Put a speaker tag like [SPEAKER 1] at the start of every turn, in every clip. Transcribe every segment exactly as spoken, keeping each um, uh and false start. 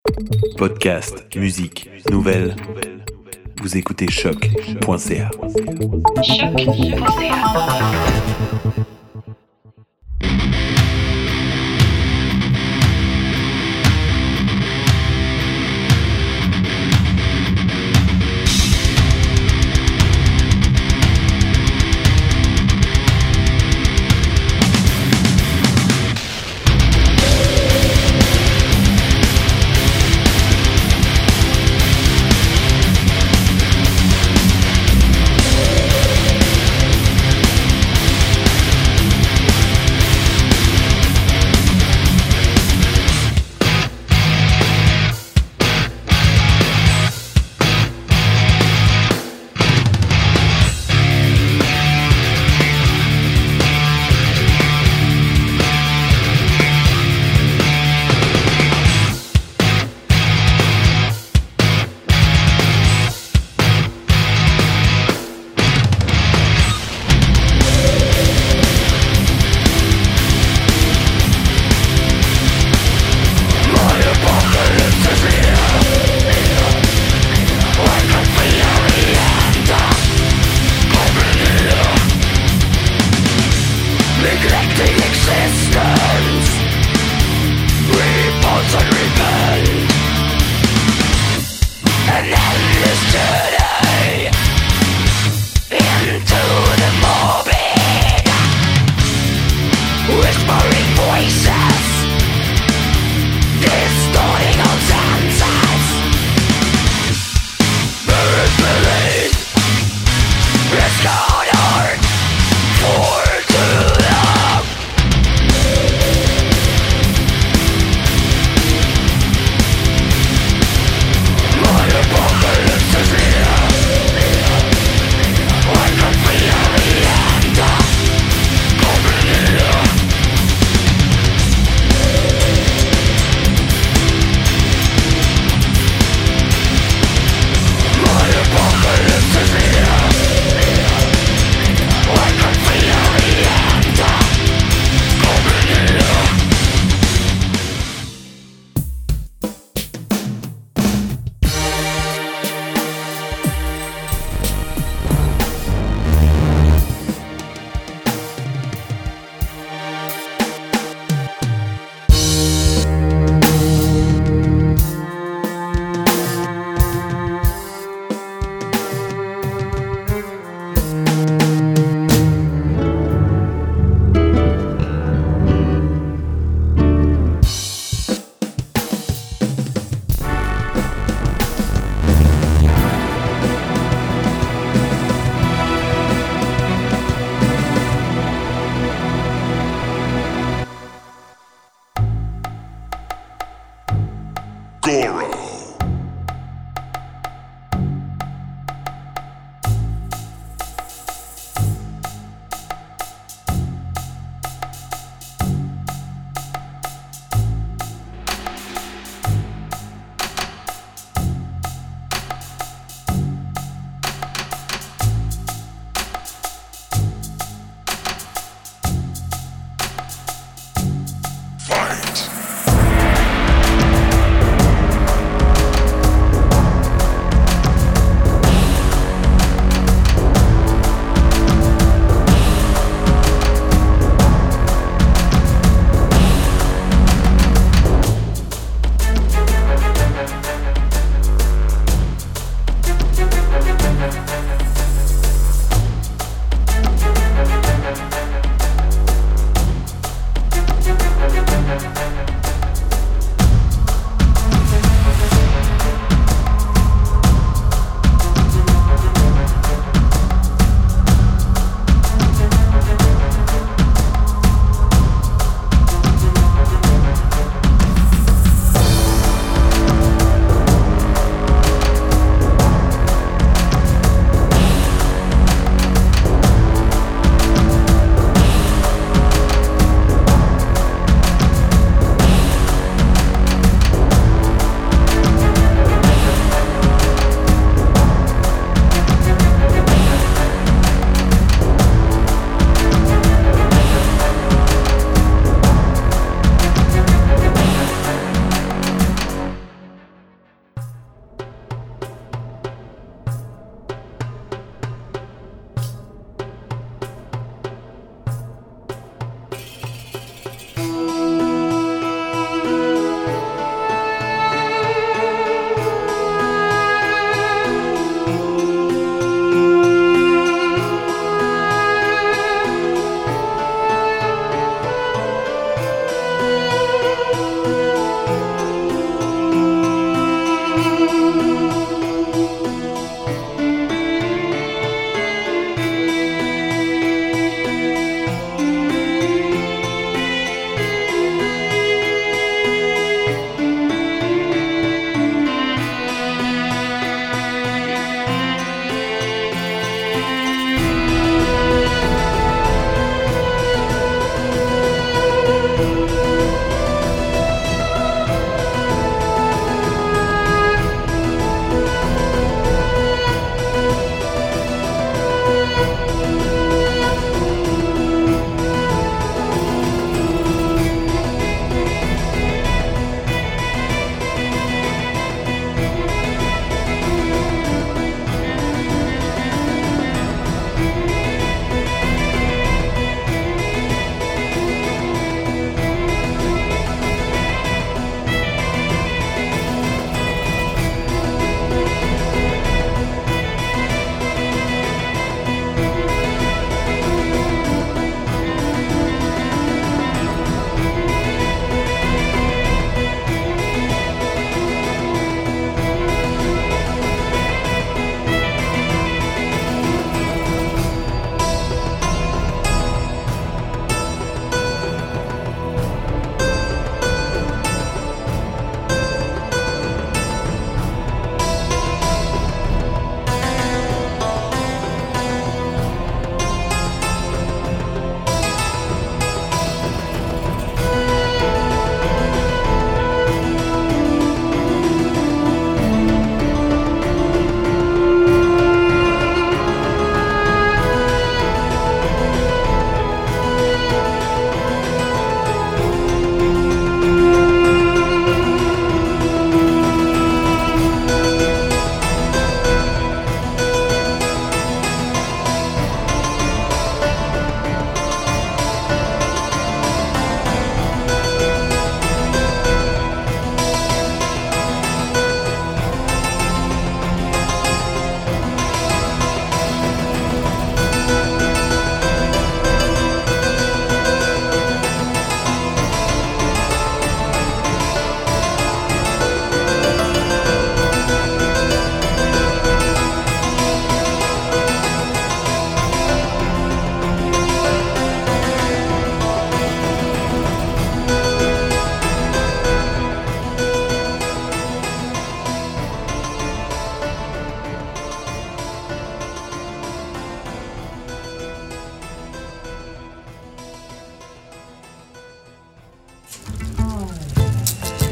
[SPEAKER 1] Podcast, musique, nouvelles. Vous écoutez choc point c a.
[SPEAKER 2] choc point c a.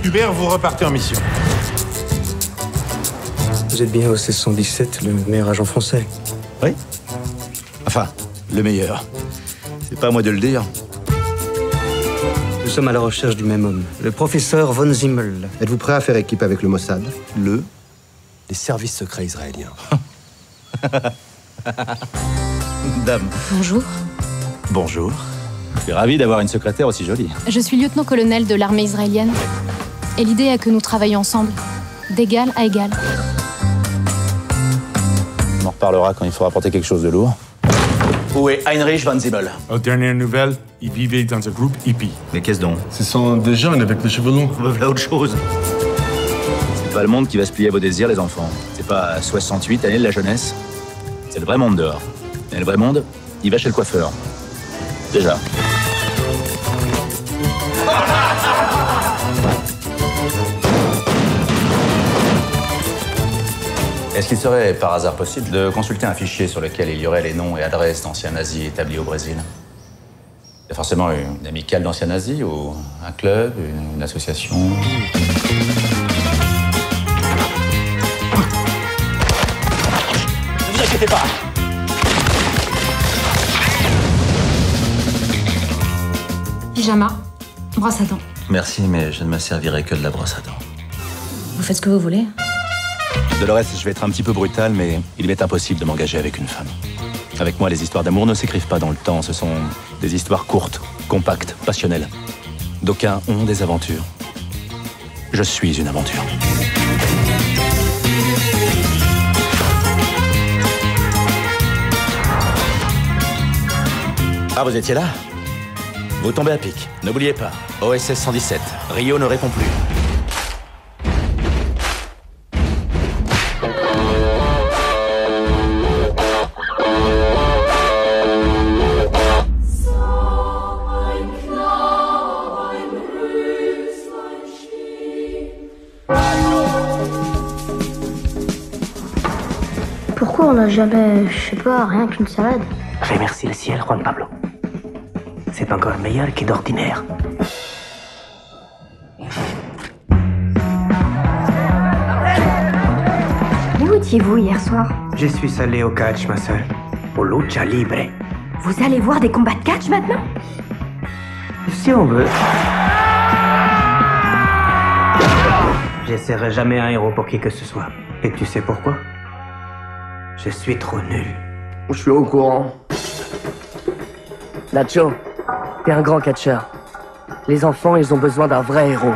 [SPEAKER 3] Hubert, vous repartez en mission.
[SPEAKER 4] Vous êtes bien au seize cent dix-sept, le meilleur agent français.
[SPEAKER 5] Oui. Enfin, le meilleur. C'est pas à moi de le dire.
[SPEAKER 4] Nous sommes à la recherche du même homme, le professeur von Zimmel.
[SPEAKER 6] Êtes-vous prêt à faire équipe avec le Mossad?
[SPEAKER 5] Le
[SPEAKER 6] Les services secrets israéliens.
[SPEAKER 5] Dame.
[SPEAKER 7] Bonjour.
[SPEAKER 5] Bonjour. Je suis ravi d'avoir une secrétaire aussi jolie.
[SPEAKER 7] Je suis lieutenant-colonel de l'armée israélienne. Et l'idée est que nous travaillions ensemble, d'égal à égal.
[SPEAKER 5] On en reparlera quand il faudra porter quelque chose de lourd. Où est Heinrich von Zimmel?
[SPEAKER 3] Aux dernières nouvelles, il vivait dans un groupe hippie.
[SPEAKER 5] Mais qu'est-ce donc?
[SPEAKER 6] Ce sont des jeunes avec les cheveux longs.
[SPEAKER 5] Voilà autre chose. C'est pas le monde qui va se plier à vos désirs, les enfants. C'est pas soixante-huit années de la jeunesse. C'est le vrai monde dehors. Et le vrai monde, il va chez le coiffeur. Déjà. Est-ce qu'il serait par hasard possible de consulter un fichier sur lequel il y aurait les noms et adresses d'anciens nazis établis au Brésil? C'est forcément une amicale d'anciens nazis ou un club, une, une association? Ne vous inquiétez pas!
[SPEAKER 7] Pyjama, brosse à dents.
[SPEAKER 5] Merci, mais je ne me servirai que de la brosse à dents.
[SPEAKER 7] Vous faites ce que vous voulez.
[SPEAKER 5] Dolores, je vais être un petit peu brutal, mais il m'est impossible de m'engager avec une femme. Avec moi, les histoires d'amour ne s'écrivent pas dans le temps. Ce sont des histoires courtes, compactes, passionnelles. D'aucuns ont des aventures. Je suis une aventure. Ah, vous étiez là? Vous tombez à pic. N'oubliez pas, O S S cent dix-sept. Rio ne répond plus.
[SPEAKER 8] Pourquoi on n'a jamais, je sais pas, rien qu'une salade?
[SPEAKER 9] Remercie le ciel, Juan Pablo. C'est encore meilleur que d'ordinaire.
[SPEAKER 8] Où étiez-vous hier soir?
[SPEAKER 9] Je suis allé au catch, ma sœur. Au lucha libre.
[SPEAKER 8] Vous allez voir des combats de catch maintenant?
[SPEAKER 9] Si on veut. Je serai jamais un héros pour qui que ce soit. Et tu sais pourquoi? Je suis trop nul.
[SPEAKER 10] Je suis au courant. Nacho, t'es un grand catcheur. Les enfants, ils ont besoin d'un vrai héros.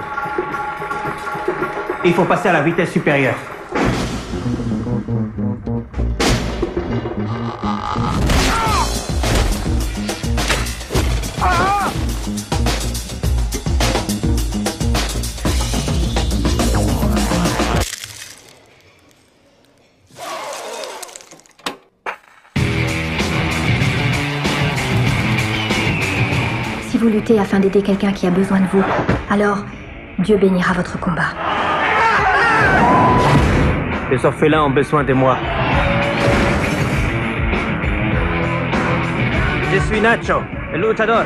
[SPEAKER 9] Il faut passer à la vitesse supérieure.
[SPEAKER 8] Si vous luttez afin d'aider quelqu'un qui a besoin de vous, alors Dieu bénira votre combat.
[SPEAKER 9] Les orphelins ont besoin de moi. Je suis Nacho, el luchador.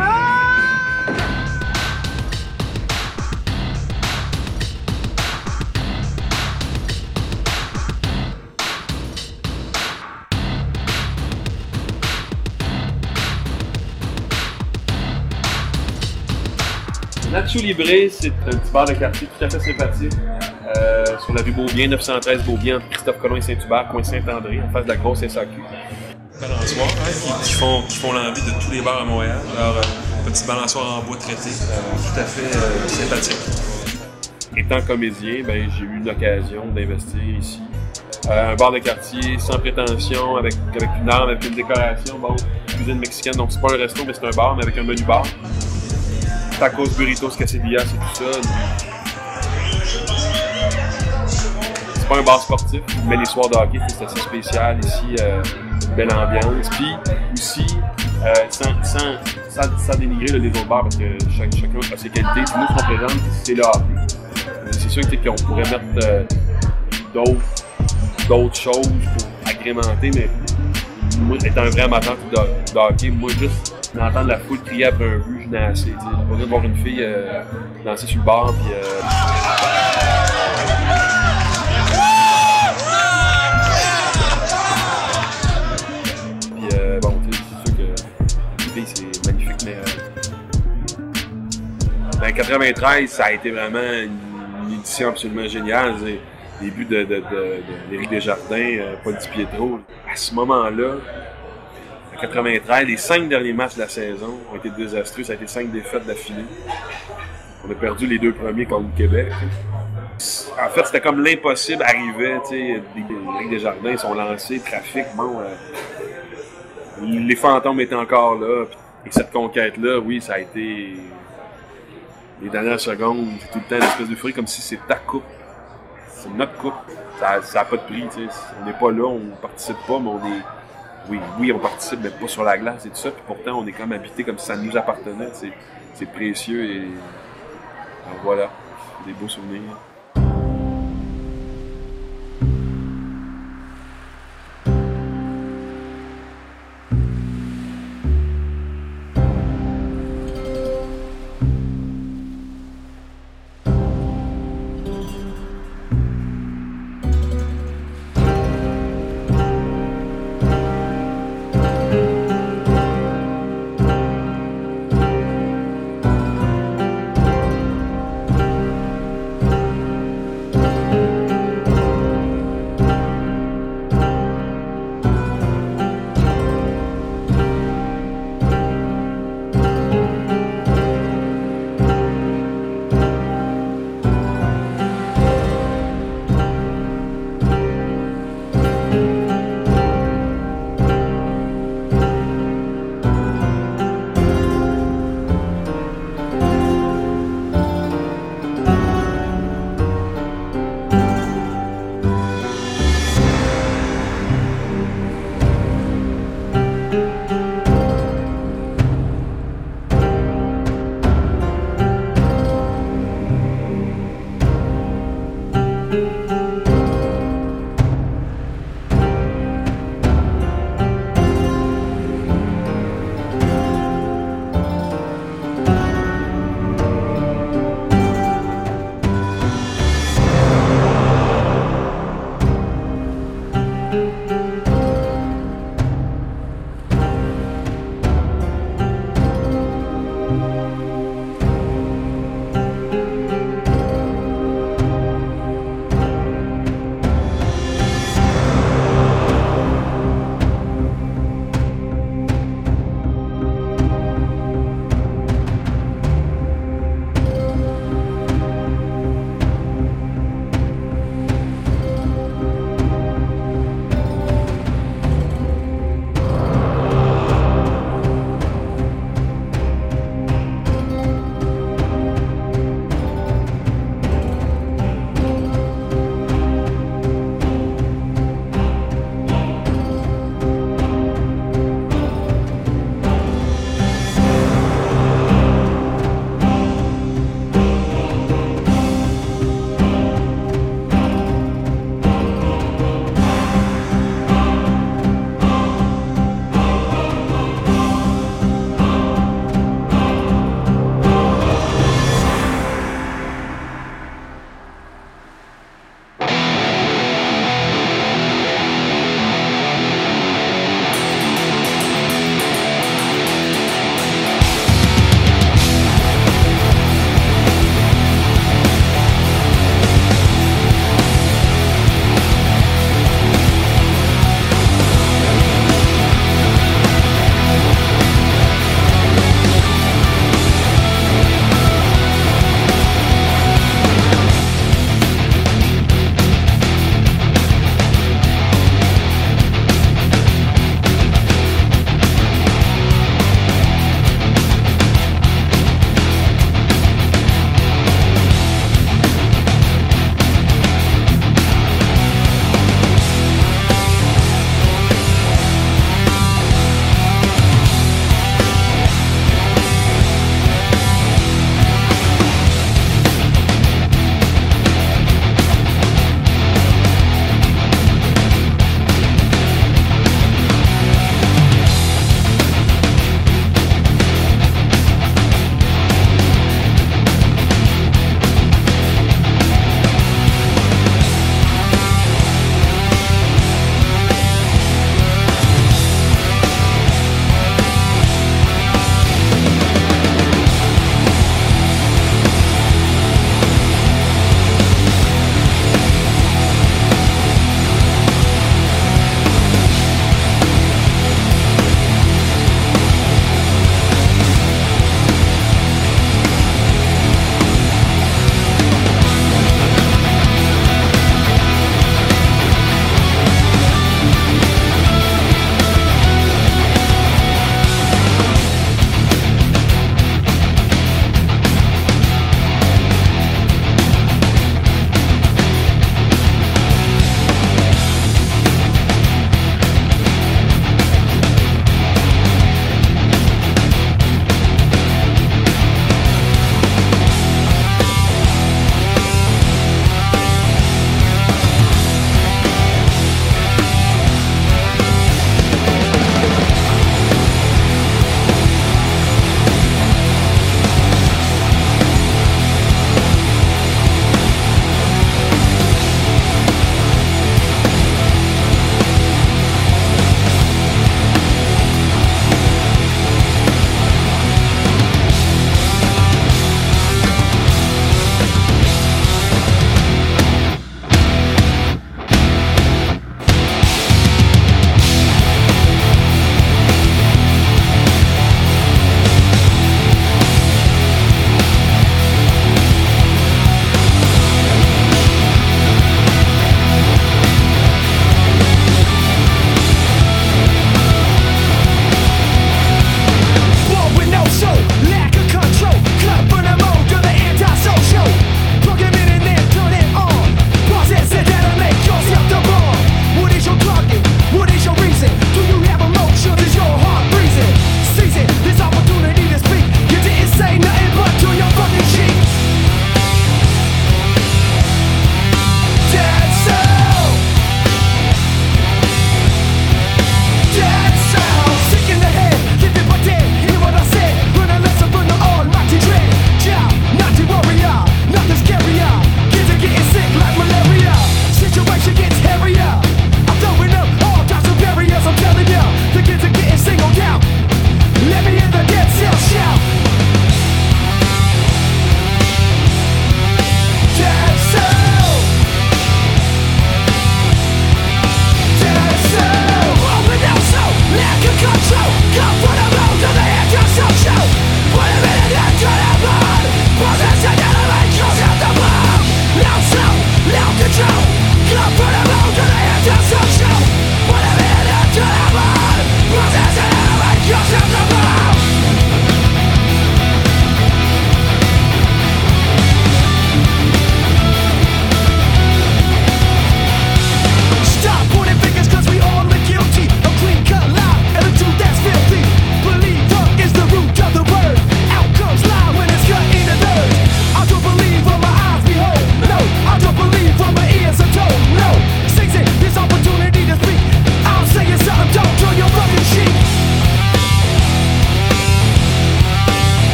[SPEAKER 11] Nacho Libre, c'est un petit bar de quartier tout à fait sympathique. Euh, sur la rue Beaubien, neuf cent treize Beaubien, entre Christophe Colomb et Saint-Hubert, coin Saint-André, en face de la grosse S A Q.
[SPEAKER 12] Balançoires, hein, qui, qui font, qui font l'envie de tous les bars à Montréal. Alors, euh, petit balançoire en bois traité, euh, tout à fait euh, sympathique.
[SPEAKER 11] Étant comédien, ben, j'ai eu l'occasion d'investir ici. Euh, un bar de quartier sans prétention, avec, avec une arme, avec une décoration, bon, cuisine mexicaine, donc c'est pas un resto, mais c'est un bar, mais avec un menu bar. Tacos, burritos, quesadillas, c'est tout ça. C'est pas un bar sportif, mais les soirs de hockey, c'est assez spécial ici, euh, belle ambiance. Puis aussi, euh, sans, sans, sans, sans dénigrer là, les autres bars, parce que chaque, chacun a ses qualités. Puis nous, ce qu'on présente, c'est le hockey. C'est sûr qu'on pourrait mettre euh, d'autres, d'autres choses pour agrémenter, mais moi, étant un vrai amateur de, de hockey, moi, juste D'entendre la foule crier après un but, je n'ai assez. J'ai pas besoin de voir une fille euh, danser sur le bar. Puis, euh... puis euh, bon, c'est sûr que les filles, c'est magnifique, mais. Euh... Ben, quatre-vingt-treize, ça a été vraiment une, une édition absolument géniale. C'est les buts de, de, de, de, d'Éric Desjardins, euh, Paul Di Pietro. À ce moment-là, quatre-vingt-treize, les cinq derniers matchs de la saison ont été désastreux. Ça a été cinq défaites d'affilée. On a perdu les deux premiers contre le Québec. En fait, c'était comme l'impossible arrivait. Les Desjardins sont lancés, trafic, bon. Euh, les fantômes étaient encore là. Et cette conquête-là, oui, ça a été. Les dernières secondes, c'est tout le temps une espèce d'euphorie comme si c'est ta coupe. C'est notre coupe. Ça n'a pas de prix. T'sais. On n'est pas là, on ne participe pas, mais on est. Oui, oui, on participe, mais pas sur la glace et tout ça. Puis pourtant, on est comme habité comme si ça nous appartenait. C'est, c'est précieux et alors voilà, des beaux souvenirs.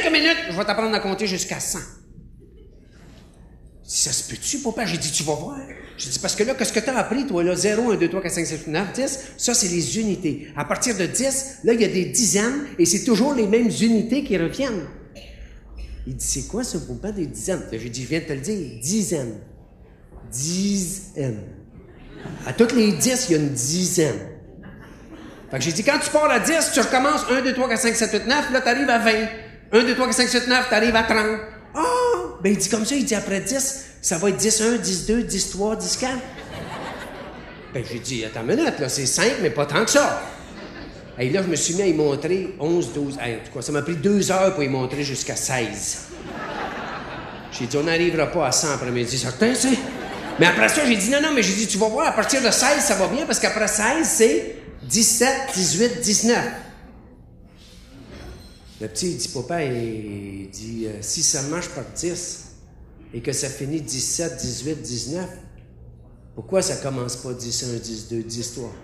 [SPEAKER 13] quelques minutes, je vais t'apprendre à compter jusqu'à cent. Ça se peut-tu, papa? J'ai dit, tu vas voir. J'ai dit, parce que là, qu'est-ce que t'as appris, toi, là? zéro, un, deux, trois, quatre, cinq, six, sept, neuf, dix. Ça, c'est les unités. À partir de dix, là, il y a des dizaines, et c'est toujours les mêmes unités qui reviennent. Il dit, c'est quoi, ça, papa, des dizaines? J'ai dit, je viens de te le dire, dizaines. Dizaines. À toutes les dix, il y a une dizaine. Fait que j'ai dit, quand tu pars à dix, tu recommences un, deux, trois, quatre, cinq, sept, huit, neuf, là, t'arrives à vingt. un, deux, trois, quatre, cinq, sept, neuf, t'arrives à trente. Ah! Oh! Ben, il dit comme ça, il dit après dix, ça va être dix un, dix deux, dix trois, dix quatre. Ben, j'ai dit, attends une minute, là, c'est cinq, mais pas tant que ça. Et là, je me suis mis à y montrer onze, douze, hey, en tout cas, ça m'a pris deux heures pour y montrer jusqu'à seize. J'ai dit, on n'arrivera pas à cent après-midi, certain, c'est. Mais après ça, j'ai dit, non, non, mais j'ai dit, tu vas voir, à partir de seize, ça va bien, parce qu'après seize, c'est dix-sept, dix-huit, dix-neuf. Le petit, il dit, papa, il dit, euh, si ça marche par dix et que ça finit dix-sept, dix-huit, dix-neuf, pourquoi ça commence pas dix un, dix deux, dix trois?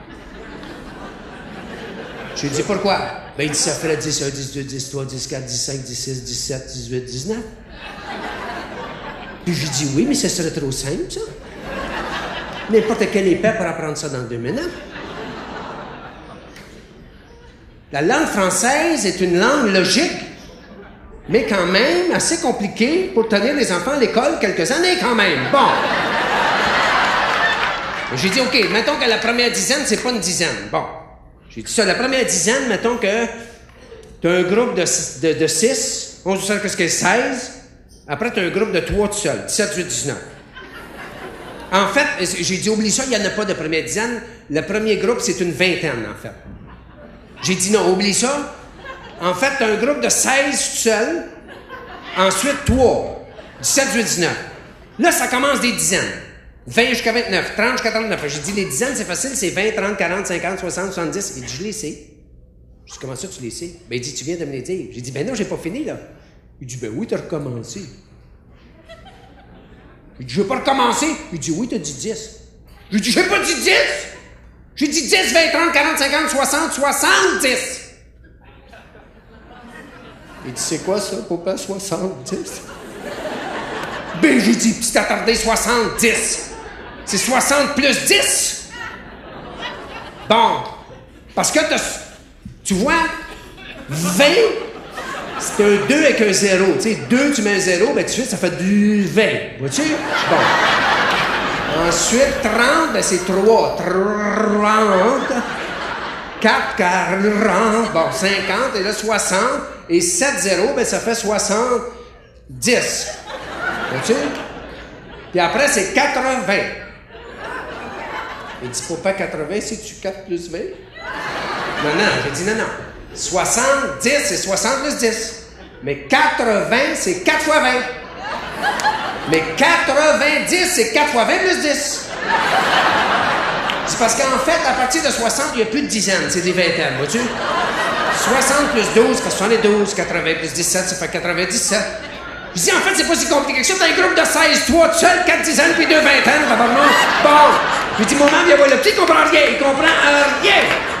[SPEAKER 13] J'ai dit, pourquoi? Ben, il dit, ça ferait dix un, dix deux, dix trois, dix quatre, dix cinq, dix six, dix-sept, dix-huit, dix-neuf. Puis j'ai dit, oui, mais ce serait trop simple, ça. N'importe quel épais pour apprendre ça dans deux minutes. La langue française est une langue logique, mais quand même assez compliquée pour tenir les enfants à l'école quelques années quand même. Bon. J'ai dit, OK, mettons que la première dizaine, c'est pas une dizaine. Bon. J'ai dit ça, la première dizaine, mettons que tu as un groupe de, de, de six, onze, douze, qu'est-ce que c'est, seize. Après, tu as un groupe de trois tout seul, dix-sept, dix-huit, dix-neuf. En fait, j'ai dit, oublie ça, il n'y en a pas de première dizaine. Le premier groupe, c'est une vingtaine, en fait. J'ai dit non, oublie ça. En fait, t'as un groupe de seize tout seul. Ensuite, trois. dix-sept, dix-huit, dix-neuf. Là, ça commence des dizaines. vingt jusqu'à vingt-neuf, trente jusqu'à trente-neuf. J'ai dit, les dizaines, c'est facile, c'est vingt, trente, quarante, cinquante, soixante, soixante-dix. Il dit, je les sais. Je dis, comment ça, tu les sais? Ben, il dit, tu viens de me les dire. J'ai dit, ben non, j'ai pas fini, là. Il dit, ben oui, t'as recommencé. J'ai dit, je veux pas recommencer. Il dit, oui, t'as dit dix. J'ai dit, j'ai pas dit dix. J'ai dit dix, vingt, trente, quarante, cinquante, soixante, soixante-dix. Il dit, c'est quoi ça, papa, soixante-dix? Ben, j'ai dit, petit attardé, soixante-dix. C'est soixante plus dix. Bon. Parce que t'as, tu vois, vingt, c'est un deux avec un zéro. Tu sais, deux, tu mets un zéro, ben, tout de suite, ça fait du vingt. Vois-tu? Bon. Ensuite, trente, ben c'est trois. trente. quatre, quarante. Bon, cinquante, et là, soixante. Et sept, zéro, ben ça fait soixante-dix. Vois-tu? Puis après, c'est quatre-vingts. Il dit, papa, quatre-vingts, c'est-tu quatre plus vingt? Non, non, j'ai dit non, non. soixante-dix, c'est soixante plus dix. Mais quatre-vingts, c'est quatre fois vingt. Mais quatre-vingt-dix, c'est quatre fois vingt plus dix. C'est parce qu'en fait, à partir de soixante, il n'y a plus de dizaines, c'est des vingtaines, vois-tu? soixante plus douze, ça fait soixante-douze. quatre-vingts plus dix-sept, ça fait quatre-vingt-dix-sept. Je dis, en fait, c'est pas si compliqué que ça. T'as un groupe de seize, trois tout seul, quatre dizaines, puis deux vingtaines, tabarnak. Bon. Je dis, maman, viens voir le petit, il comprend rien. Il comprend euh, rien.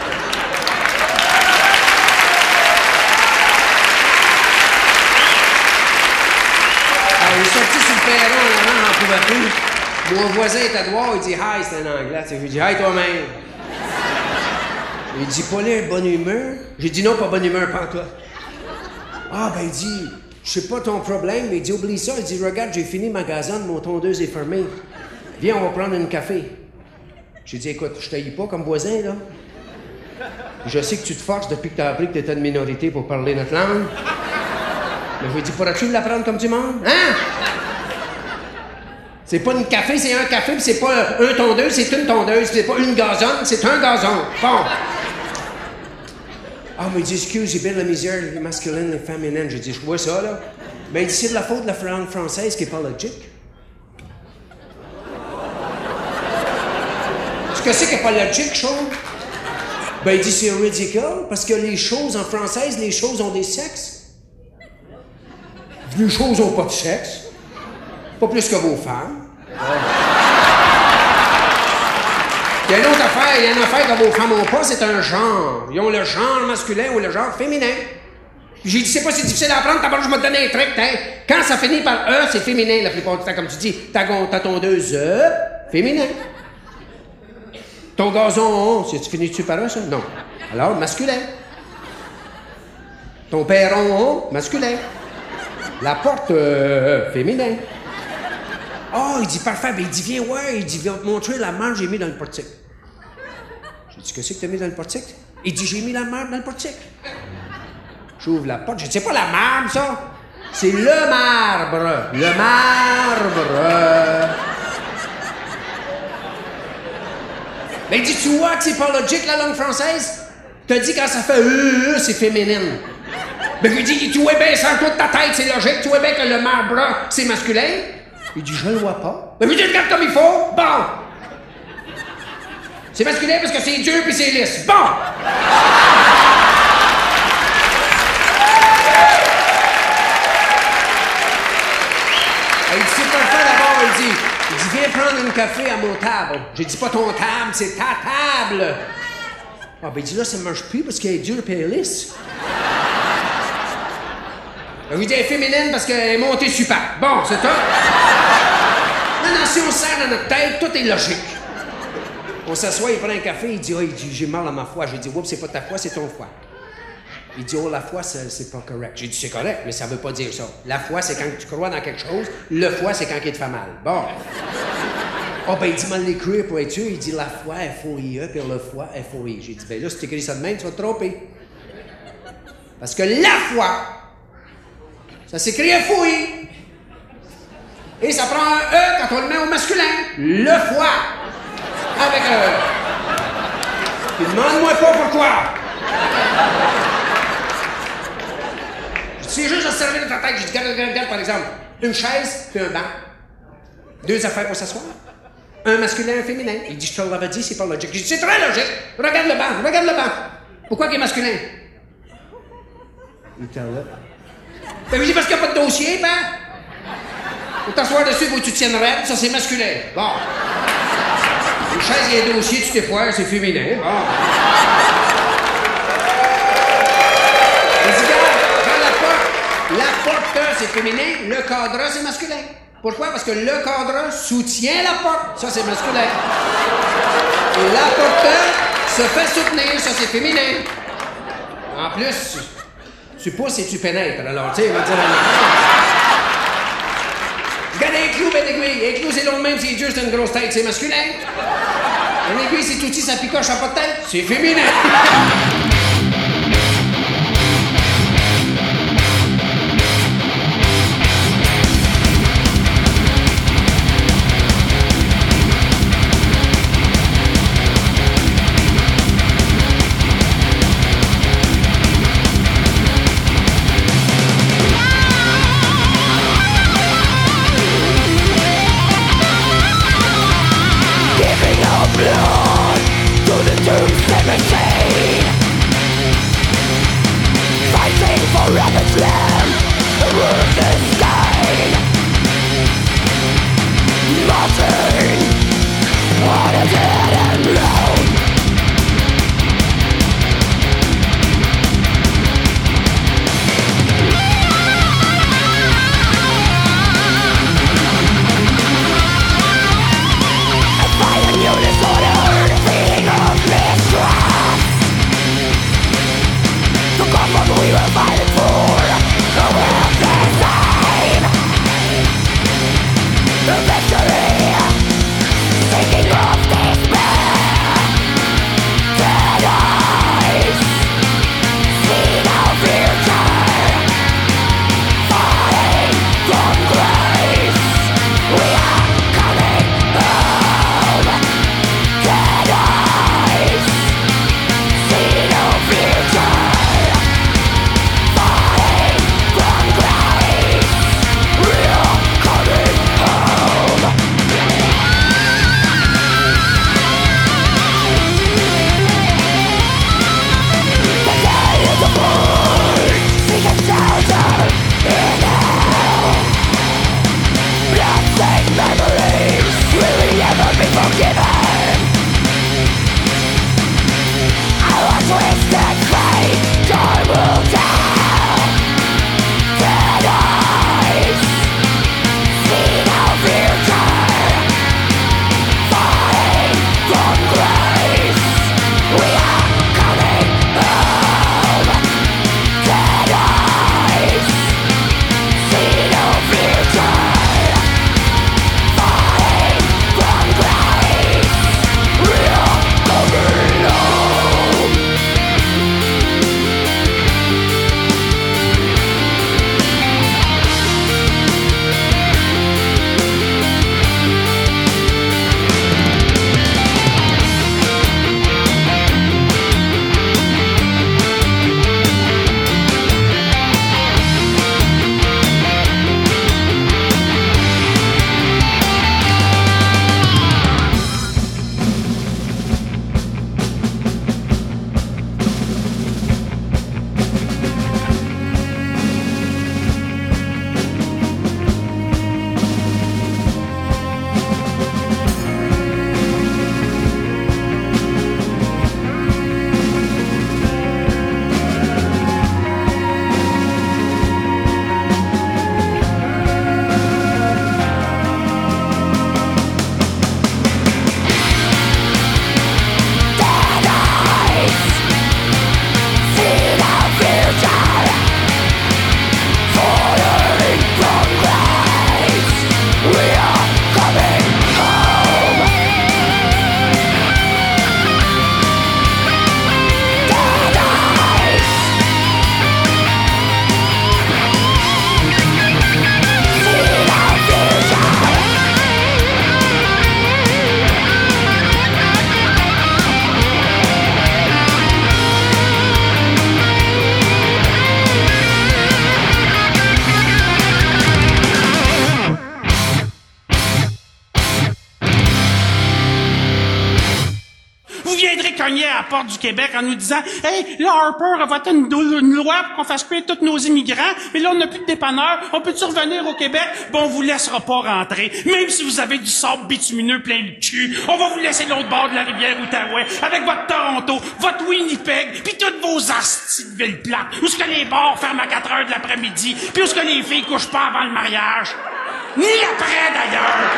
[SPEAKER 13] Il est sorti sur le perron, là, on n'en pouvait plus. Mon voisin était dehors, il dit « Hi », c'était en anglais. Je lui dis « Hi toi-même ». Il dit « Paulin, bonne humeur ». J'ai dit « Non, pas bonne humeur, pas toi ». Ah, ben il dit « Je sais pas ton problème », mais il dit « Oublie ça ». Il dit « Regarde, j'ai fini ma gazonne, mon tondeuse est fermée. Viens, on va prendre une café ». J'ai dit « Écoute, je t'haïs pas comme voisin, là. Je sais que tu te forces depuis que t'as appris que t'étais une minorité pour parler notre langue. Mais je lui ai dit, pourras-tu l'apprendre comme du monde? Hein? C'est pas une café, c'est un café, puis c'est pas un tondeuse, c'est une tondeuse, puis c'est pas une gazonne, c'est un gazon. Bon. Ah, mais il dit, excuse, j'ai bien la misère, les masculines, les féminines. J'ai dit, je vois ça, là. Ben, il dit, c'est de la faute de la langue française qui est pas logique. Ce que c'est qui est pas logique, chose? Ben, il dit, c'est ridicule, parce que les choses en française, les choses ont des sexes. Les choses n'ont pas de sexe. Pas plus que vos femmes. Il y a une autre affaire, il y a une affaire que vos femmes n'ont pas, c'est un genre. Ils ont le genre masculin ou le genre féminin. Puis j'ai dit, c'est pas si difficile à apprendre, d'abord je vais te donner un truc, hein. Quand ça finit par E, c'est féminin la plupart du temps, comme tu dis. Ta, ta tondeuse E, féminin. Ton gazon, c'est tu finis dessus par E, ça? Non. Alors, masculin. Ton perron, masculin. La porte, euh, féminin. Oh, il dit, parfait. Ben, il dit, viens, ouais. Il dit, viens te montrer la marde que j'ai mis dans le portique. J'ai dit, qu'est-ce que t'as mis dans le portique? Il dit, j'ai mis la marde dans le portique. J'ouvre la porte. J'ai dit, c'est pas la marbre, ça. C'est le marbre. Le marbre. Ben, il dit, tu vois que c'est pas logique, la langue française? T'as dit, quand ça fait euh, euh, c'est féminine. Ben, il dit, tu vois bien, sans toute ta tête, c'est logique. Tu vois bien que le marbre, c'est masculin. Il dit, je le vois pas. Ben, il dit, regarde comme il faut. Bon. C'est masculin parce que c'est dur puis c'est lisse. Bon. Il dit, c'est parfait d'abord, il dit, il dit, viens prendre un café à mon table. J'ai dit, pas ton table, c'est ta table. Ah, ben, il dit, là, ça marche plus parce qu'elle est dure et elle est lisse. Ben, il dit, elle est féminine parce qu'elle est montée super. Bon, c'est tout. Non, non, si on serre dans notre tête, tout est logique. On s'assoit, il prend un café, il dit, oh, il dit, j'ai mal à ma foi. J'ai dit, oups, c'est pas ta foi, c'est ton foie. Il dit, oh, la foi, c'est, c'est pas correct. J'ai dit, c'est correct, mais ça veut pas dire ça. La foi, c'est quand tu crois dans quelque chose. Le foie, c'est quand il te fait mal. Bon. Oh, ben, il dit, mal l'écrire pour être sûr. Il dit, la foi, F O I E, puis le foie, F O I. J'ai dit, ben là, si tu écris ça de même, tu vas te tromper. Parce que la foi, ça s'écrit F O I. Et ça prend un E quand on le met au masculin. Le foie. Avec un E. Puis demande-moi pas pourquoi. C'est juste à se servir de ta tête. J'ai dit, regarde, regarde, regarde, par exemple, une chaise puis un banc. Deux affaires pour s'asseoir. Un masculin et un féminin. Il dit, je te l'avais dit, c'est pas logique. J'ai dit, c'est très logique. Regarde le banc, regarde le banc. Pourquoi il est masculin? Il était là. Ben oui, parce qu'il n'y a pas de dossier, ben. Faut t'asseoir dessus, faut que tu tiennes raide, ça c'est masculin. Bon. Une chaise, il y a un dossier, tu t'effoires, c'est féminin. Bon. La porte, c'est féminin, le cadre, c'est masculin. Pourquoi? Parce que le cadre soutient la porte, ça c'est masculin. Et la porte se fait soutenir, ça c'est féminin. En plus, tu pousses et tu pénètres, alors tu sais, il va dire... Regarde un clou, ben aiguille. Un clou, c'est long même, c'est dur, c'est une grosse tête, c'est masculin. Un aiguille, c'est tout petit, ça picoche, ça n'a pas de tête, c'est féminin.
[SPEAKER 14] Blood to the doomsday machine. à la porte du Québec en nous disant « Hey, là, Harper a voté une, une loi pour qu'on fasse cuire tous nos immigrants, mais là, on n'a plus de dépanneur, on peut-tu revenir au Québec? Bon, on vous laissera pas rentrer. Même si vous avez du sable bitumineux plein le cul, on va vous laisser de l'autre bord de la rivière Outaouais, avec votre Toronto, votre Winnipeg, puis toutes vos astis de ville plate, où est-ce que les bars ferment à quatre heures de l'après-midi, puis où est-ce que les filles couchent pas avant le mariage. Ni après, d'ailleurs. »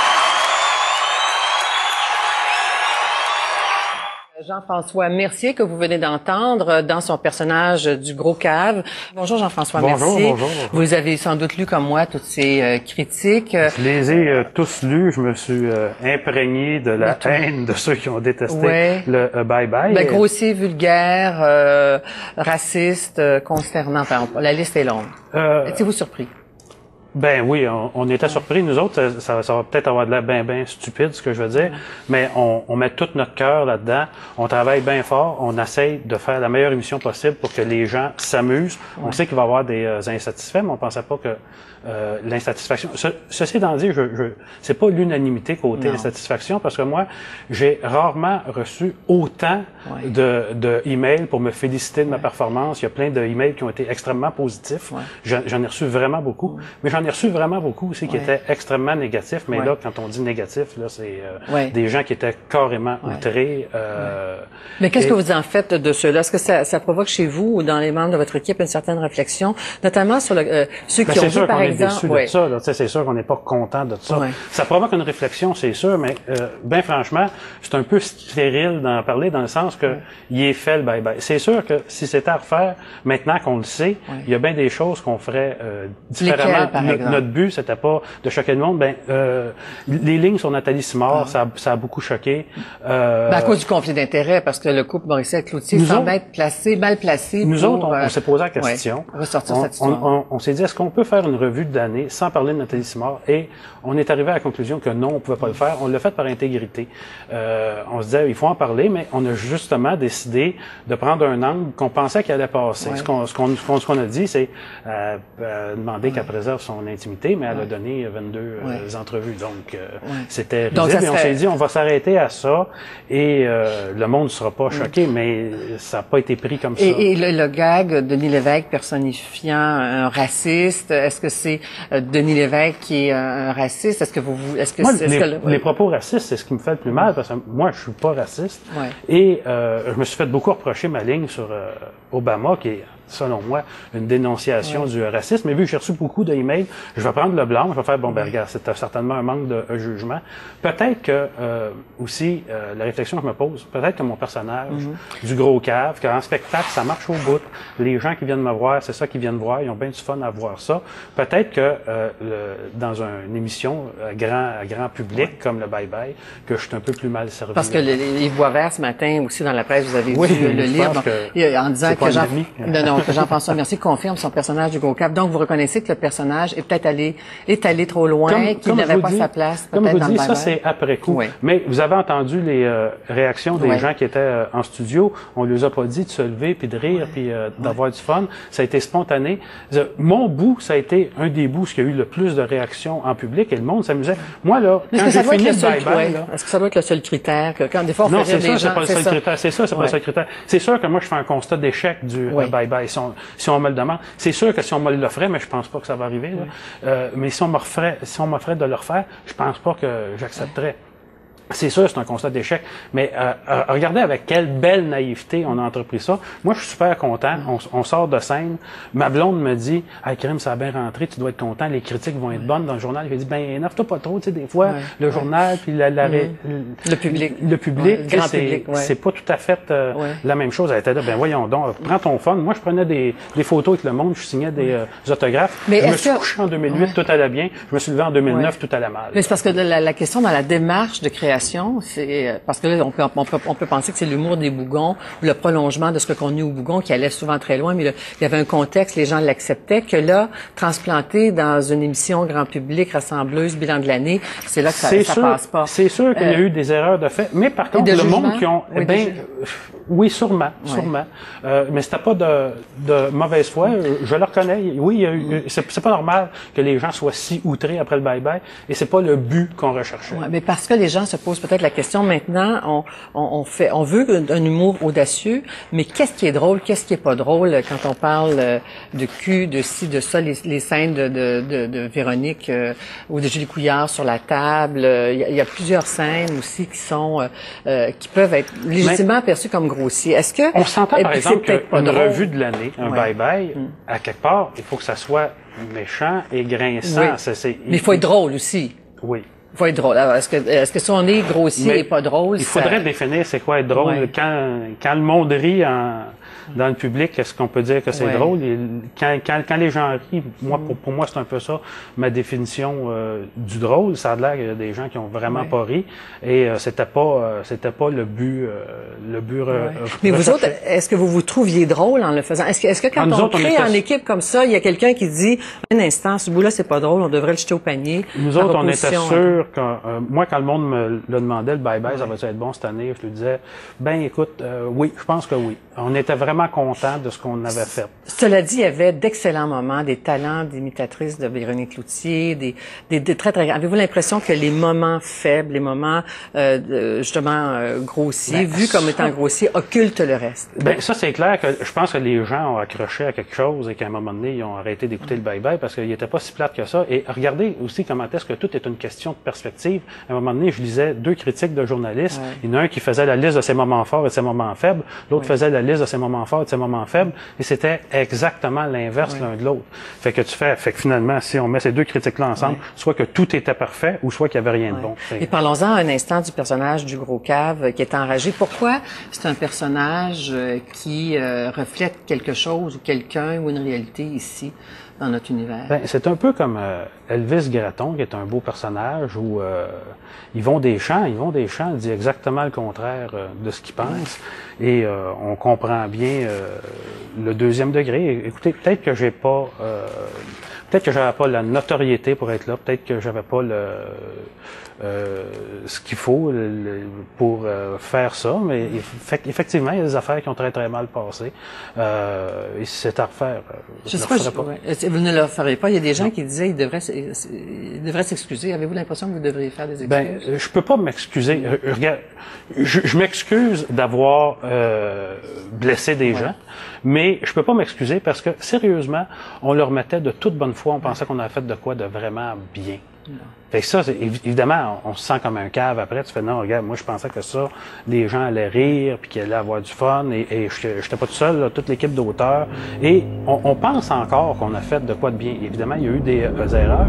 [SPEAKER 15] Jean-François Mercier, que vous venez d'entendre dans son personnage du Gros Cave. Bonjour Jean-François
[SPEAKER 16] bonjour,
[SPEAKER 15] Mercier.
[SPEAKER 16] Bonjour, bonjour.
[SPEAKER 15] Vous avez sans doute lu comme moi toutes ces euh, critiques.
[SPEAKER 16] Je les ai euh, tous lus. Je me suis euh, imprégné de la de haine de ceux qui ont détesté ouais. le euh, Bye Bye.
[SPEAKER 15] Ben, grossier, vulgaire, euh, raciste, euh, consternant. Enfin, la liste est longue. Euh, Êtes-vous surpris?
[SPEAKER 16] Ben oui, on, on était surpris. Nous autres, ça, ça va peut-être avoir de l'air bien, bien stupide, ce que je veux dire, mais on, on met tout notre cœur là-dedans. On travaille bien fort. On essaye de faire la meilleure émission possible pour que les gens s'amusent. Ouais. On sait qu'il va y avoir des euh, insatisfaits, mais on pensait pas que euh, l'insatisfaction... Ce, ceci étant dit, je, je, c'est pas l'unanimité côté insatisfaction, parce que moi, j'ai rarement reçu autant ouais. de, de emails pour me féliciter de ouais. ma performance. Il y a plein de emails qui ont été extrêmement positifs. Ouais. J'en, j'en ai reçu vraiment beaucoup, ouais. mais j'en ai reçu vraiment beaucoup aussi qui ouais. étaient extrêmement négatifs. Mais ouais. là, quand on dit négatif, là, c'est euh, ouais. des gens qui étaient carrément ouais. outrés. Euh,
[SPEAKER 15] ouais. Mais qu'est-ce et... que vous en faites de cela? Est-ce que ça, ça provoque chez vous ou dans les membres de votre équipe une certaine réflexion, notamment sur le, euh, ceux qui ben, ont vu, par exemple...
[SPEAKER 16] Déçu ouais. de ça, là. C'est sûr qu'on n'est pas content de ça. Ouais. Ça provoque une réflexion, c'est sûr, mais euh, ben franchement, c'est un peu stérile d'en parler dans le sens que ouais. il est fait le bye-bye. C'est sûr que si c'était à refaire, maintenant qu'on le sait, ouais. il y a bien des choses qu'on ferait euh, différemment. Lesquelles, no notre but, c'était pas de choquer le monde. Ben, euh, les lignes sur Nathalie Simard, ah. ça, a, ça a beaucoup choqué.
[SPEAKER 15] Euh, ben, à cause du conflit d'intérêts, parce que le couple Morissette-Cloutier semble être placé, mal placé.
[SPEAKER 16] Nous
[SPEAKER 15] pour,
[SPEAKER 16] autres, on,
[SPEAKER 15] euh,
[SPEAKER 16] on s'est posé la question.
[SPEAKER 15] Ouais, ressortir
[SPEAKER 16] on,
[SPEAKER 15] cette histoire.
[SPEAKER 16] On, on, on s'est dit, est-ce qu'on peut faire une revue d'année sans parler de Nathalie Simard? Et on est arrivé à la conclusion que non, on pouvait pas le faire. On l'a fait par intégrité. Euh, on se disait, il faut en parler, mais on a justement décidé de prendre un angle qu'on pensait qu'il allait passer. Ouais. Ce qu'on ce qu'on ce qu'on, ce qu'on a dit, c'est euh, euh, demander ouais. qu'elle préserve son intimité, mais elle ouais. a donné vingt-deux ouais. euh, entrevues. Donc, euh, ouais. c'était risible. Et on serait... s'est dit, on va s'arrêter à ça et euh, le monde ne sera pas choqué, ouais. mais ça n'a pas été pris comme
[SPEAKER 15] et,
[SPEAKER 16] ça.
[SPEAKER 15] Et le, le gag, Denis Lévesque personnifiant un raciste, est-ce que c'est euh, Denis Lévesque qui est un, un raciste? Est-ce que vous... Est-ce que
[SPEAKER 16] moi,
[SPEAKER 15] c'est,
[SPEAKER 16] les,
[SPEAKER 15] est-ce que le...
[SPEAKER 16] les propos racistes, c'est ce qui me fait le plus mal, parce que moi, je suis pas raciste.
[SPEAKER 15] Ouais.
[SPEAKER 16] Et euh, je me suis fait beaucoup reprocher ma ligne sur euh, Obama, qui est, selon moi, une dénonciation ouais. du racisme. Mais vu que j'ai reçu beaucoup d'emails, je vais prendre le blanc, je vais faire, bon, ben regarde, c'est certainement un manque de euh, jugement. Peut-être que, euh, aussi, euh, la réflexion que je me pose, peut-être que mon personnage mm-hmm. du Gros Cave, qu'en spectacle, ça marche au bout. Les gens qui viennent me voir, c'est ça qu'ils viennent voir, ils ont bien du fun à voir ça. Peut-être que euh, le, dans un, une émission à grand, à grand public, ouais. comme le Bye Bye, que je suis un peu plus mal servi.
[SPEAKER 15] Parce que les, les voix vertes, ce matin, aussi dans la presse, vous avez
[SPEAKER 16] oui,
[SPEAKER 15] vu le livre, bon,
[SPEAKER 16] que
[SPEAKER 15] en disant que Jean...
[SPEAKER 16] non,
[SPEAKER 15] non, que Jean-François Mercier confirme son personnage du Gros Cave. Donc, vous reconnaissez que le personnage est peut-être allé, est allé trop loin, qu'il n'avait pas dis, sa place, peut-être
[SPEAKER 16] comme
[SPEAKER 15] dans
[SPEAKER 16] vous
[SPEAKER 15] le
[SPEAKER 16] dis, ça, c'est après coup. Oui. Mais vous avez entendu les euh, réactions des oui. gens qui étaient euh, en studio. On lui a pas dit de se lever, puis de rire, oui. puis euh, d'avoir oui. du fun. Ça a été spontané. Mon bout, ça a été un des bouts qui a eu le plus de réactions en public, et le monde s'amusait. Moi, là, quand j'ai fini le bye-bye...
[SPEAKER 15] Est-ce que ça doit être le seul critère? Que quand des fois, on
[SPEAKER 16] non,
[SPEAKER 15] fait
[SPEAKER 16] c'est ça, c'est pas le seul
[SPEAKER 15] ça.
[SPEAKER 16] critère. C'est ça, c'est ouais. pas le seul critère. C'est sûr que moi, je fais un constat d'échec du oui. bye-bye. Si on, si on me le demande, c'est sûr que si on me l'offrait, mais je pense pas que ça va arriver. Là. Oui. Euh, mais si on m'offrait, si on m'offrait de le refaire, je pense pas que j'accepterais. C'est sûr, c'est un constat d'échec, mais euh, euh, regardez avec quelle belle naïveté on a entrepris ça. Moi, je suis super content. On, on sort de scène. Ma blonde me dit « Hey, crème, ça a bien rentré, tu dois être content, les critiques vont être bonnes dans le journal. » J'ai dit « Ben, énerve-toi pas trop, tu sais, des fois, ouais, le ouais. journal, puis la, la,
[SPEAKER 15] mm-hmm. le, le public,
[SPEAKER 16] le public,
[SPEAKER 15] ouais, le grand
[SPEAKER 16] c'est,
[SPEAKER 15] public, ouais.
[SPEAKER 16] c'est pas tout à fait euh, ouais. la même chose. Elle était là, ben voyons donc, prends ton fun. Moi, je prenais des, des photos avec le monde, je signais des euh, autographes. Mais je me suis que... couché en deux mille huit, ouais. tout allait bien. Je me suis levé en deux mille neuf, ouais. tout allait mal.
[SPEAKER 15] Mais c'est parce que la, la question dans la démarche de création, c'est parce que là, on peut, on peut, on peut penser que c'est l'humour des bougons, ou le prolongement de ce que connu au bougon, qui allait souvent très loin, mais le, il y avait un contexte, les gens l'acceptaient, que là, transplanté dans une émission grand public, rassembleuse, bilan de l'année, c'est là que ça, ça
[SPEAKER 16] sûr,
[SPEAKER 15] passe pas.
[SPEAKER 16] C'est sûr qu'il euh, y a eu des erreurs de fait, mais par contre, le jugement, monde qui ont,
[SPEAKER 15] oui,
[SPEAKER 16] ben, oui, sûrement, ouais. sûrement, euh, mais c'était pas de, de mauvaise foi, je le reconnais, oui, il y a eu, c'est, c'est pas normal que les gens soient si outrés après le bye-bye, et c'est pas le but qu'on recherchait.
[SPEAKER 15] Ouais, mais parce que les gens se pose peut-être la question maintenant. On, on, on fait, on veut un humour audacieux, mais qu'est-ce qui est drôle, qu'est-ce qui est pas drôle quand on parle de cul, de ci, de ça, les, les scènes de, de, de, de Véronique euh, ou de Julie Couillard sur la table. Il y a, il y a plusieurs scènes aussi qui sont, euh, qui peuvent être légitimement mais, perçues comme grossiers. Est-ce que
[SPEAKER 16] on s'entend par exemple qu'une revue de l'année, un
[SPEAKER 15] ouais.
[SPEAKER 16] bye-bye, mm. à quelque part, il faut que ça soit méchant et grinçant.
[SPEAKER 15] Oui.
[SPEAKER 16] C'est, c'est,
[SPEAKER 15] mais il faut être drôle aussi.
[SPEAKER 16] Oui.
[SPEAKER 15] Il faut être drôle. Alors, est-ce que, est-ce que si on est grossier mais et pas drôle,
[SPEAKER 16] il faudrait ça... définir c'est quoi être drôle. Ouais. Quand, quand le monde rit en, dans le public, est-ce qu'on peut dire que c'est ouais. drôle? Et quand, quand, quand les gens rient, moi, pour, pour moi, c'est un peu ça, ma définition euh, du drôle. Ça a l'air qu'il y a des gens qui ont vraiment ouais. pas ri. Et euh, c'était pas, euh, c'était pas le but, euh, le but. Ouais. Euh,
[SPEAKER 15] mais vous autres, est-ce que vous vous trouviez drôle en le faisant? Est-ce que, est-ce que quand on autres, crée on était... en équipe comme ça, il y a quelqu'un qui dit, un instant, ce bout-là, c'est pas drôle, on devrait le jeter au panier?
[SPEAKER 16] Nous autres, on était sûrs que, euh, moi, quand le monde me le demandait, le bye-bye, ouais. ça va-tu être bon cette année? Je lui disais, ben, écoute, euh, oui, je pense que oui. On était vraiment contents de ce qu'on avait fait.
[SPEAKER 15] Cela dit, il y avait d'excellents moments, des talents d'imitatrices de Véronique Cloutier, des, des, des très, très... Avez-vous l'impression que les moments faibles, les moments, euh, de, justement, euh, grossiers, ben, vus comme étant grossiers, occultent le reste?
[SPEAKER 16] Ben, ça, c'est clair que je pense que les gens ont accroché à quelque chose et qu'à un moment donné, ils ont arrêté d'écouter le bye-bye parce qu'il n'était pas si plate que ça. Et regardez aussi comment est-ce que tout est une question de perspective. À un moment donné, je lisais deux critiques de journalistes. Ouais. Il y en a un qui faisait la liste de ses moments forts et de ses moments faibles. L'autre ouais. faisait la liste de ses moments forts et de ses moments faibles. Et c'était exactement l'inverse ouais. l'un de l'autre. Fait que tu fais, fait que finalement, si on met ces deux critiques-là ensemble, ouais. soit que tout était parfait ou soit qu'il n'y avait rien ouais. de bon.
[SPEAKER 15] Fait... Et parlons-en un instant du personnage du gros cave qui est enragé. Pourquoi c'est un personnage qui euh, reflète quelque chose ou quelqu'un ou une réalité ici? Dans notre univers.
[SPEAKER 16] Ben, c'est un peu comme euh, Elvis Gratton, qui est un beau personnage, où euh, Yvon Deschamps, Yvon Deschamps dit exactement le contraire euh, de ce qu'il pense, et euh, on comprend bien euh, le deuxième degré. Écoutez, peut-être que j'ai pas, euh, peut-être que j'avais pas la notoriété pour être là, peut-être que j'avais pas le Euh, ce qu'il faut le, le, pour euh, faire ça, mais effectivement, il y a des affaires qui ont très très mal passé. Euh, et si c'est à refaire, je,
[SPEAKER 15] je sais pas, je, pas. Ouais. Vous ne le referez pas. Il y a des gens non. qui disaient qu'ils devraient, ils devraient s'excuser. Avez-vous l'impression que vous devriez faire des excuses?
[SPEAKER 16] Ben, je peux pas m'excuser. Regarde, je, je m'excuse d'avoir euh, blessé des ouais. gens, mais je peux pas m'excuser parce que sérieusement, on leur mettait de toute bonne foi. On pensait qu'on avait fait de quoi de vraiment bien. Non. Fait que ça, c'est, évidemment, on, on se sent comme un cave après. Tu fais, non, regarde, moi, je pensais que ça, les gens allaient rire, puis qu'ils allaient avoir du fun, et, et je n'étais pas tout seul, là, toute l'équipe d'auteurs. Et on, on pense encore qu'on a fait de quoi de bien. Évidemment, il y a eu des euh, erreurs.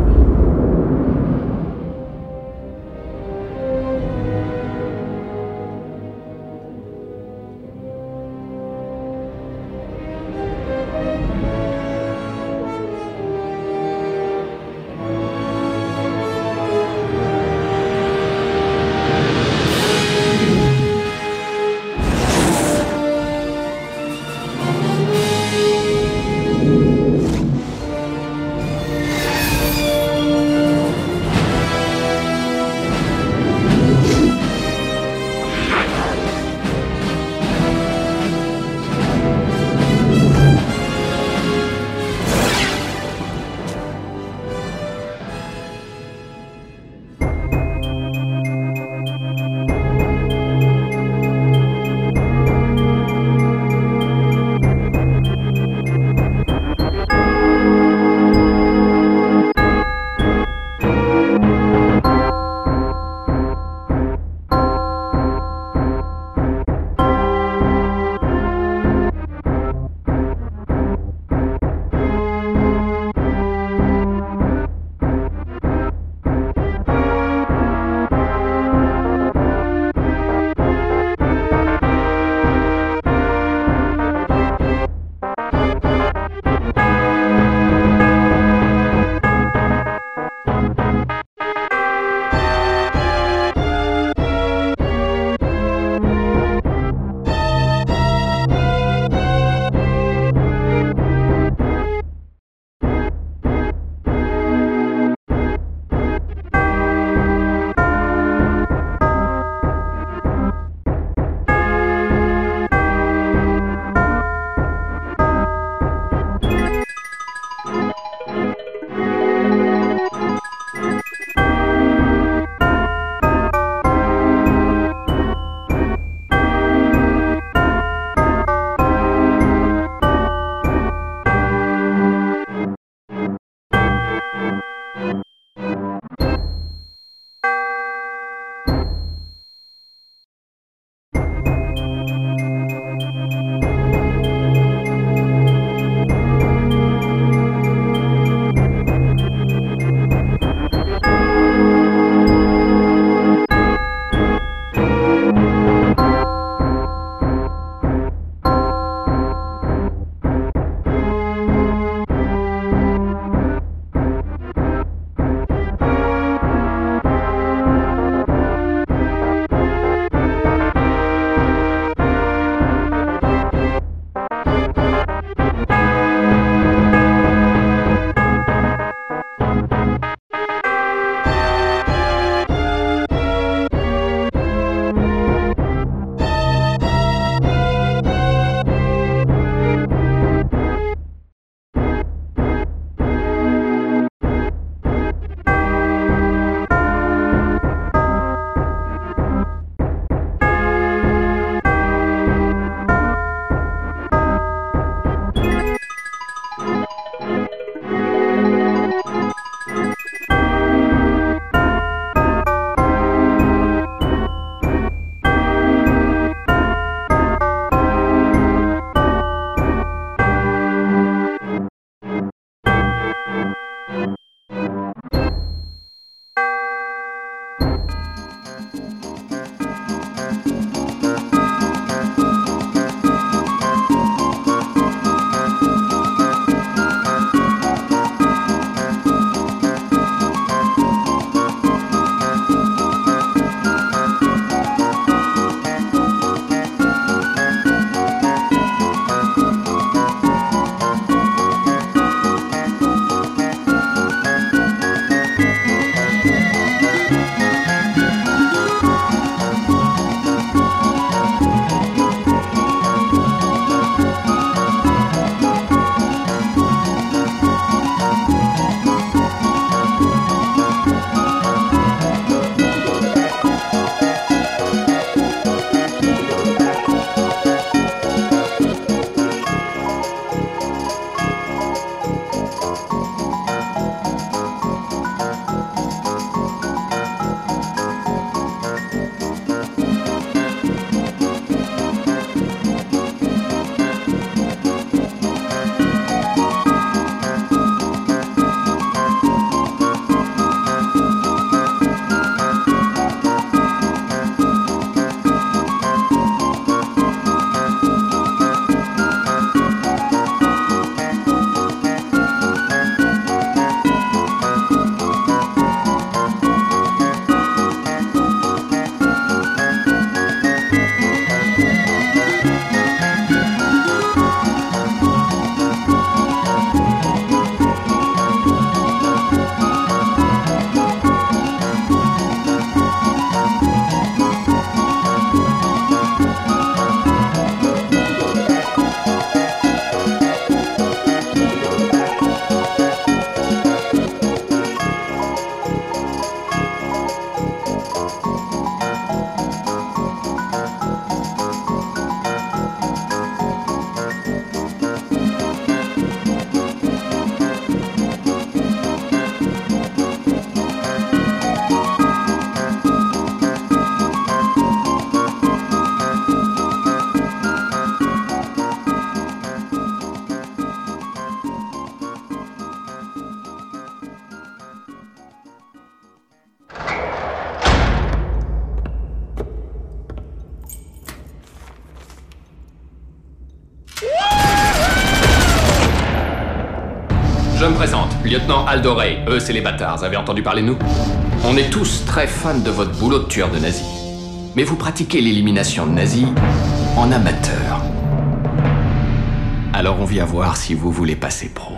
[SPEAKER 17] Je me présente, lieutenant Aldo Ray. Eux, c'est les bâtards. Vous avez entendu parler de nous? On est tous très fans de votre boulot de tueur de nazis. Mais vous pratiquez l'élimination de nazis en amateur. Alors on vient voir si vous voulez passer pro.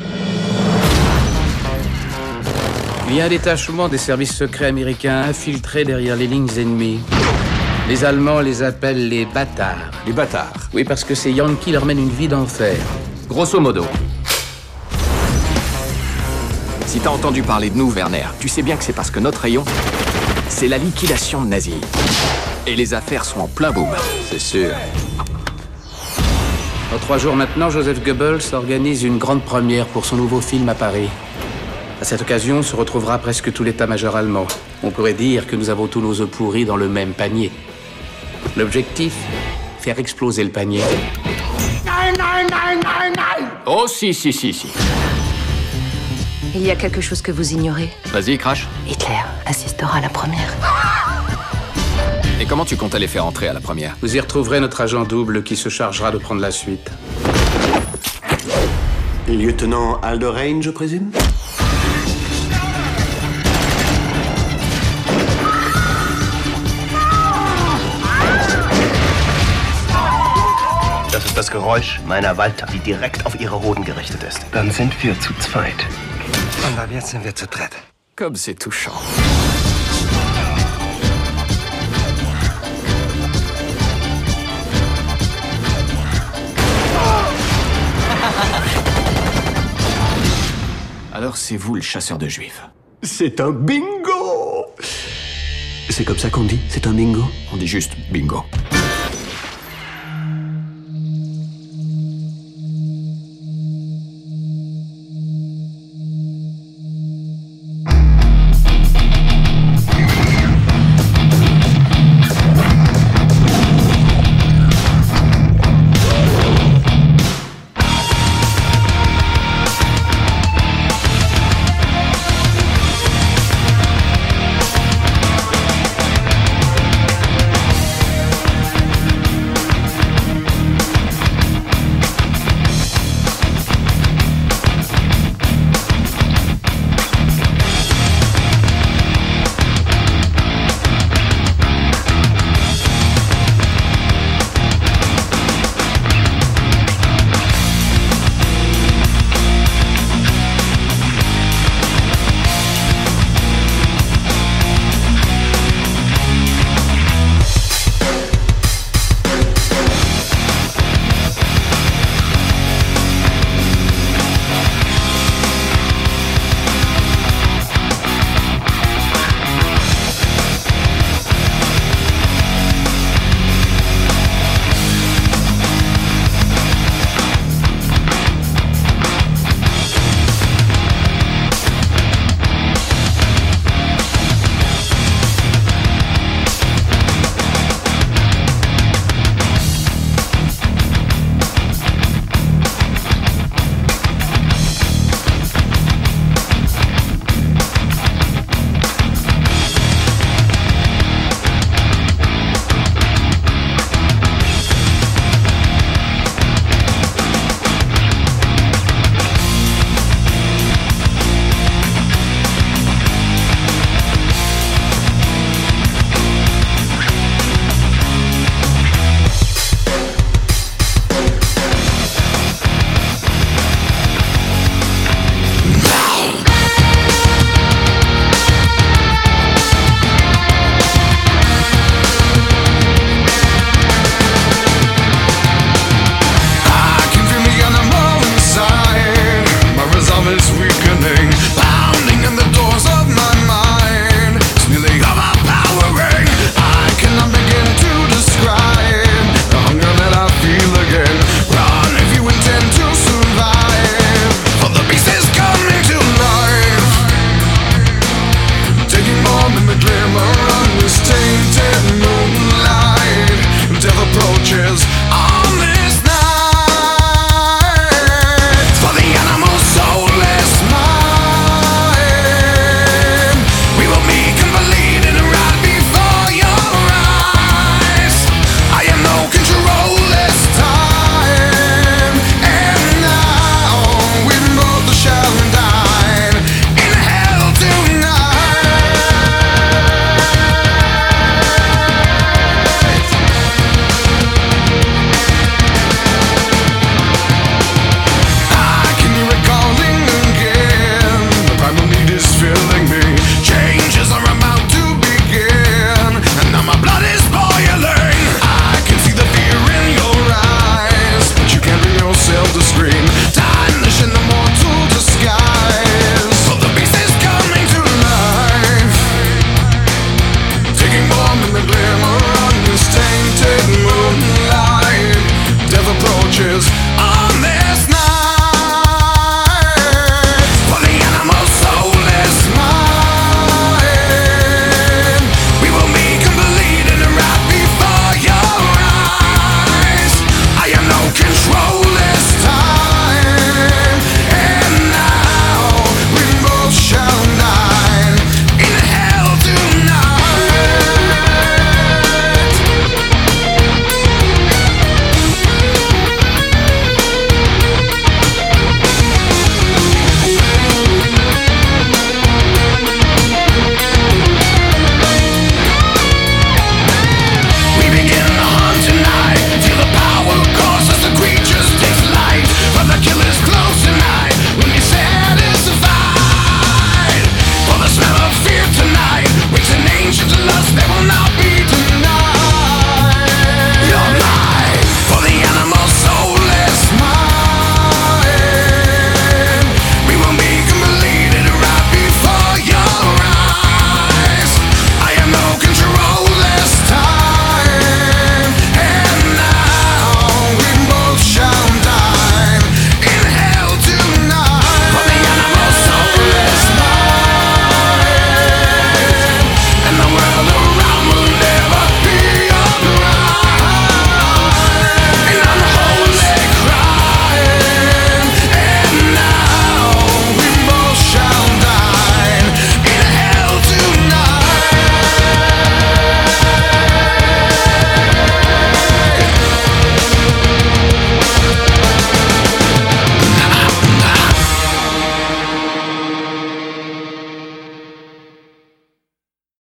[SPEAKER 18] Il y a un détachement des services secrets américains infiltré derrière les lignes ennemies. Les Allemands les appellent les bâtards.
[SPEAKER 17] Les bâtards?
[SPEAKER 18] Oui, parce que ces Yankees leur mènent une vie d'enfer.
[SPEAKER 17] Grosso modo. Si t'as entendu parler de nous, Werner, tu sais bien que c'est parce que notre rayon, c'est la liquidation de nazis. Et les affaires sont en plein boom, c'est sûr.
[SPEAKER 18] Dans trois jours maintenant, Joseph Goebbels organise une grande première pour son nouveau film à Paris. À cette occasion, se retrouvera presque tout l'état-major allemand. On pourrait dire que nous avons tous nos œufs pourris dans le même panier. L'objectif, faire exploser le panier.
[SPEAKER 14] Nein, nein, nein, nein, nein!
[SPEAKER 17] Oh, si, si, si, si.
[SPEAKER 19] Il y a quelque chose que vous ignorez.
[SPEAKER 17] Vas-y, crache.
[SPEAKER 19] Hitler assistera à la première.
[SPEAKER 17] Et comment tu comptes aller faire entrer à la première?
[SPEAKER 18] Vous y retrouverez notre agent double qui se chargera de prendre la suite.
[SPEAKER 6] Lieutenant Aldo Ray, je présume?
[SPEAKER 20] Das ist das Geräusch meiner Walter, die direkt auf ihre Hoden gerichtet ist.
[SPEAKER 4] Dann sind wir zu zweit. Und ab jetzt sind wir zu dritt.
[SPEAKER 17] Comme c'est touchant. Alors c'est vous le chasseur de juifs?
[SPEAKER 6] C'est un bingo! C'est comme ça qu'on dit? C'est un bingo?
[SPEAKER 17] On dit juste bingo.
[SPEAKER 21] coming back.